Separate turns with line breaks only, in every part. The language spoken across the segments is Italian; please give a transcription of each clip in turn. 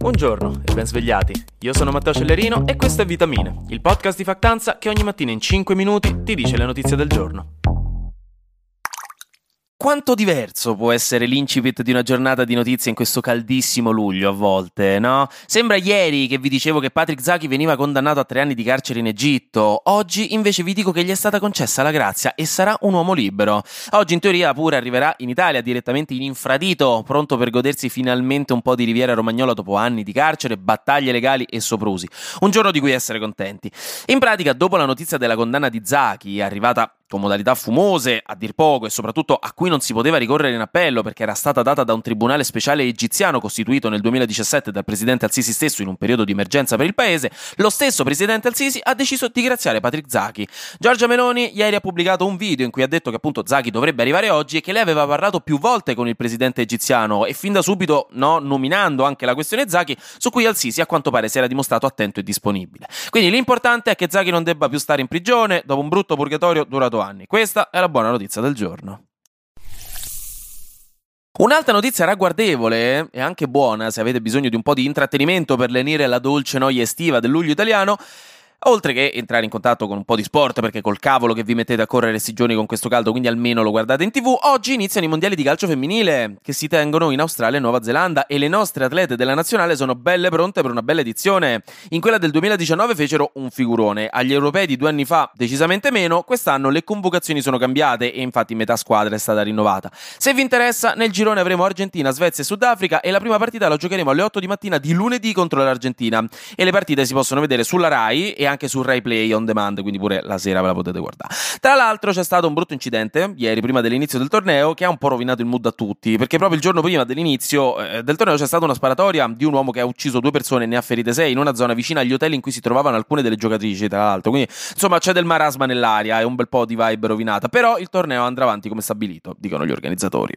Buongiorno e ben svegliati. Io sono Matteo Cellerino e questo è Vitamine, il podcast di Factanza che ogni mattina in 5 minuti ti dice le notizie del giorno. Quanto diverso può essere l'incipit di una giornata di notizie in questo caldissimo luglio a volte, no? Sembra ieri che vi dicevo che Patrick Zaki veniva condannato a 3 anni di carcere in Egitto, oggi invece vi dico che gli è stata concessa la grazia e sarà un uomo libero. Oggi in teoria pure arriverà in Italia direttamente in infradito, pronto per godersi finalmente un po' di Riviera Romagnola dopo anni di carcere, battaglie legali e soprusi. Un giorno di cui essere contenti. In pratica, dopo la notizia della condanna di Zaki, arrivata con modalità fumose, a dir poco, e soprattutto a cui non si poteva ricorrere in appello perché era stata data da un tribunale speciale egiziano costituito nel 2017 dal presidente al-Sisi stesso in un periodo di emergenza per il paese, lo stesso presidente al-Sisi ha deciso di graziare Patrick Zaki. Giorgia Meloni ieri ha pubblicato un video in cui ha detto che appunto Zaki dovrebbe arrivare oggi e che lei aveva parlato più volte con il presidente egiziano e fin da subito nominando anche la questione Zaki, su cui al-Sisi a quanto pare si era dimostrato attento e disponibile. Quindi l'importante è che Zaki non debba più stare in prigione dopo un brutto purgatorio durato anni. Questa è la buona notizia del giorno. Un'altra notizia ragguardevole e anche buona se avete bisogno di un po' di intrattenimento per lenire la dolce noia estiva del luglio italiano, oltre che entrare in contatto con un po' di sport, perché col cavolo che vi mettete a correre sti giorni con questo caldo, quindi almeno lo guardate in TV, oggi iniziano i mondiali di calcio femminile, che si tengono in Australia e Nuova Zelanda, e le nostre atlete della nazionale sono belle pronte per una bella edizione. In quella del 2019 fecero un figurone, agli europei di 2 anni fa decisamente meno, quest'anno le convocazioni sono cambiate e infatti metà squadra è stata rinnovata. Se vi interessa, nel girone avremo Argentina, Svezia e Sudafrica e la prima partita la giocheremo alle 8 di mattina di lunedì contro l'Argentina, e le partite si possono vedere sulla Rai e anche su Rai Play on demand, quindi pure la sera ve la potete guardare. Tra l'altro c'è stato un brutto incidente ieri prima dell'inizio del torneo che ha un po' rovinato il mood a tutti, perché proprio il giorno prima dell'inizio del torneo c'è stata una sparatoria di un uomo che ha ucciso 2 persone e ne ha ferite 6 in una zona vicina agli hotel in cui si trovavano alcune delle giocatrici, tra l'altro, quindi insomma c'è del marasma nell'aria e un bel po' di vibe rovinata, però il torneo andrà avanti come stabilito, dicono gli organizzatori.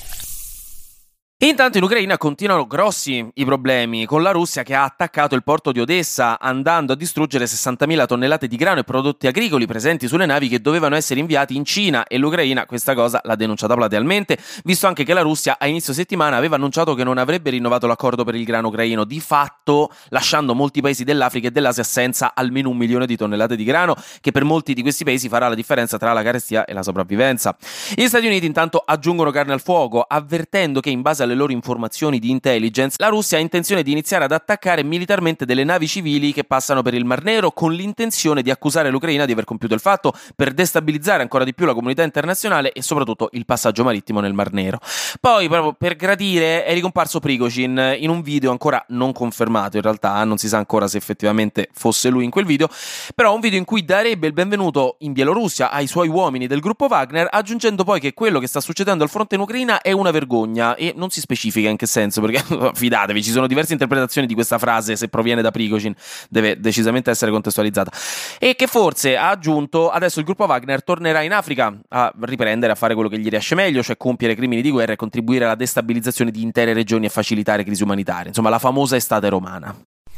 Intanto in Ucraina continuano grossi i problemi, con la Russia che ha attaccato il porto di Odessa, andando a distruggere 60.000 tonnellate di grano e prodotti agricoli presenti sulle navi che dovevano essere inviati in Cina, e l'Ucraina questa cosa l'ha denunciata platealmente, visto anche che la Russia a inizio settimana aveva annunciato che non avrebbe rinnovato l'accordo per il grano ucraino, di fatto lasciando molti paesi dell'Africa e dell'Asia senza almeno 1 milione di tonnellate di grano, che per molti di questi paesi farà la differenza tra la carestia e la sopravvivenza. Gli Stati Uniti intanto aggiungono carne al fuoco, avvertendo che in base alle loro informazioni di intelligence, la Russia ha intenzione di iniziare ad attaccare militarmente delle navi civili che passano per il Mar Nero, con l'intenzione di accusare l'Ucraina di aver compiuto il fatto per destabilizzare ancora di più la comunità internazionale e soprattutto il passaggio marittimo nel Mar Nero. Poi, proprio per gradire, è ricomparso Prigozhin in un video ancora non confermato, in realtà non si sa ancora se effettivamente fosse lui in quel video, però un video in cui darebbe il benvenuto in Bielorussia ai suoi uomini del gruppo Wagner, aggiungendo poi che quello che sta succedendo al fronte in Ucraina è una vergogna, e non si specifica in che senso, perché fidatevi, ci sono diverse interpretazioni di questa frase, se proviene da Prigozhin deve decisamente essere contestualizzata, e che forse, ha aggiunto, adesso il gruppo Wagner tornerà in Africa a riprendere a fare quello che gli riesce meglio, cioè compiere crimini di guerra e contribuire alla destabilizzazione di intere regioni e facilitare crisi umanitarie, insomma la famosa estate romana.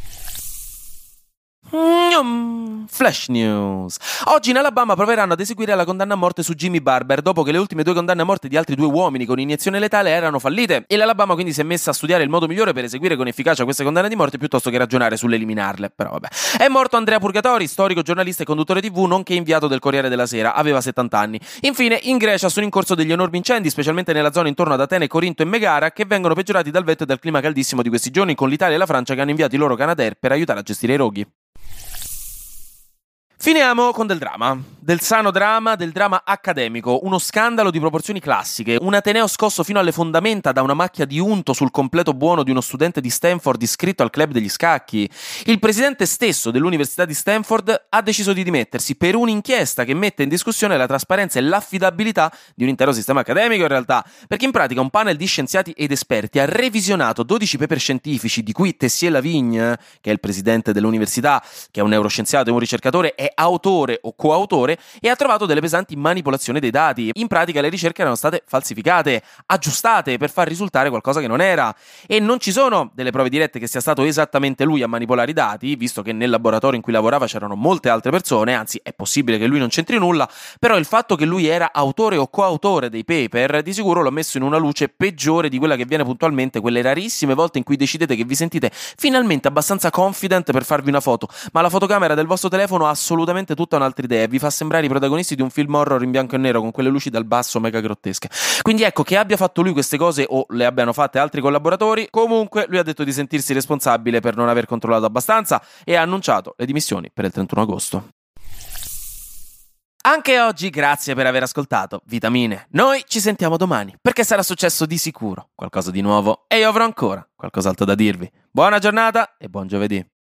Flash news. Oggi in Alabama proveranno ad eseguire la condanna a morte su Jimmy Barber dopo che le ultime 2 condanne a morte di altri 2 uomini con iniezione letale erano fallite, e l'Alabama quindi si è messa a studiare il modo migliore per eseguire con efficacia queste condanne di morte piuttosto che ragionare sull'eliminarle. Però vabbè. È morto Andrea Purgatori, storico giornalista e conduttore TV nonché inviato del Corriere della Sera, aveva 70 anni. Infine in Grecia sono in corso degli enormi incendi, specialmente nella zona intorno ad Atene, Corinto e Megara, che vengono peggiorati dal vento e dal clima caldissimo di questi giorni, con l'Italia e la Francia che hanno inviato i loro Canadair per aiutare a gestire i roghi. Finiamo con del dramma, del sano dramma, del dramma accademico, uno scandalo di proporzioni classiche, un ateneo scosso fino alle fondamenta da una macchia di unto sul completo buono di uno studente di Stanford iscritto al club degli scacchi. Il presidente stesso dell'Università di Stanford ha deciso di dimettersi per un'inchiesta che mette in discussione la trasparenza e l'affidabilità di un intero sistema accademico, in realtà, perché in pratica un panel di scienziati ed esperti ha revisionato 12 paper scientifici di cui Tessier Lavigne, che è il presidente dell'università, che è un neuroscienziato e un ricercatore, è è autore o coautore e ha trovato delle pesanti manipolazioni dei dati. In pratica le ricerche erano state falsificate, aggiustate per far risultare qualcosa che non era, e non ci sono delle prove dirette che sia stato esattamente lui a manipolare i dati, visto che nel laboratorio in cui lavorava c'erano molte altre persone, anzi è possibile che lui non c'entri nulla, però il fatto che lui era autore o coautore dei paper di sicuro l'ha messo in una luce peggiore di quella che viene puntualmente quelle rarissime volte in cui decidete che vi sentite finalmente abbastanza confident per farvi una foto, ma la fotocamera del vostro telefono ha assolutamente tutta un'altra idea e vi fa sembrare i protagonisti di un film horror in bianco e nero con quelle luci dal basso mega grottesche. Quindi ecco, che abbia fatto lui queste cose o le abbiano fatte altri collaboratori, comunque lui ha detto di sentirsi responsabile per non aver controllato abbastanza e ha annunciato le dimissioni per il 31 agosto. Anche oggi grazie per aver ascoltato Vitamine. Noi ci sentiamo domani, perché sarà successo di sicuro qualcosa di nuovo e io avrò ancora qualcos'altro da dirvi. Buona giornata e buon giovedì.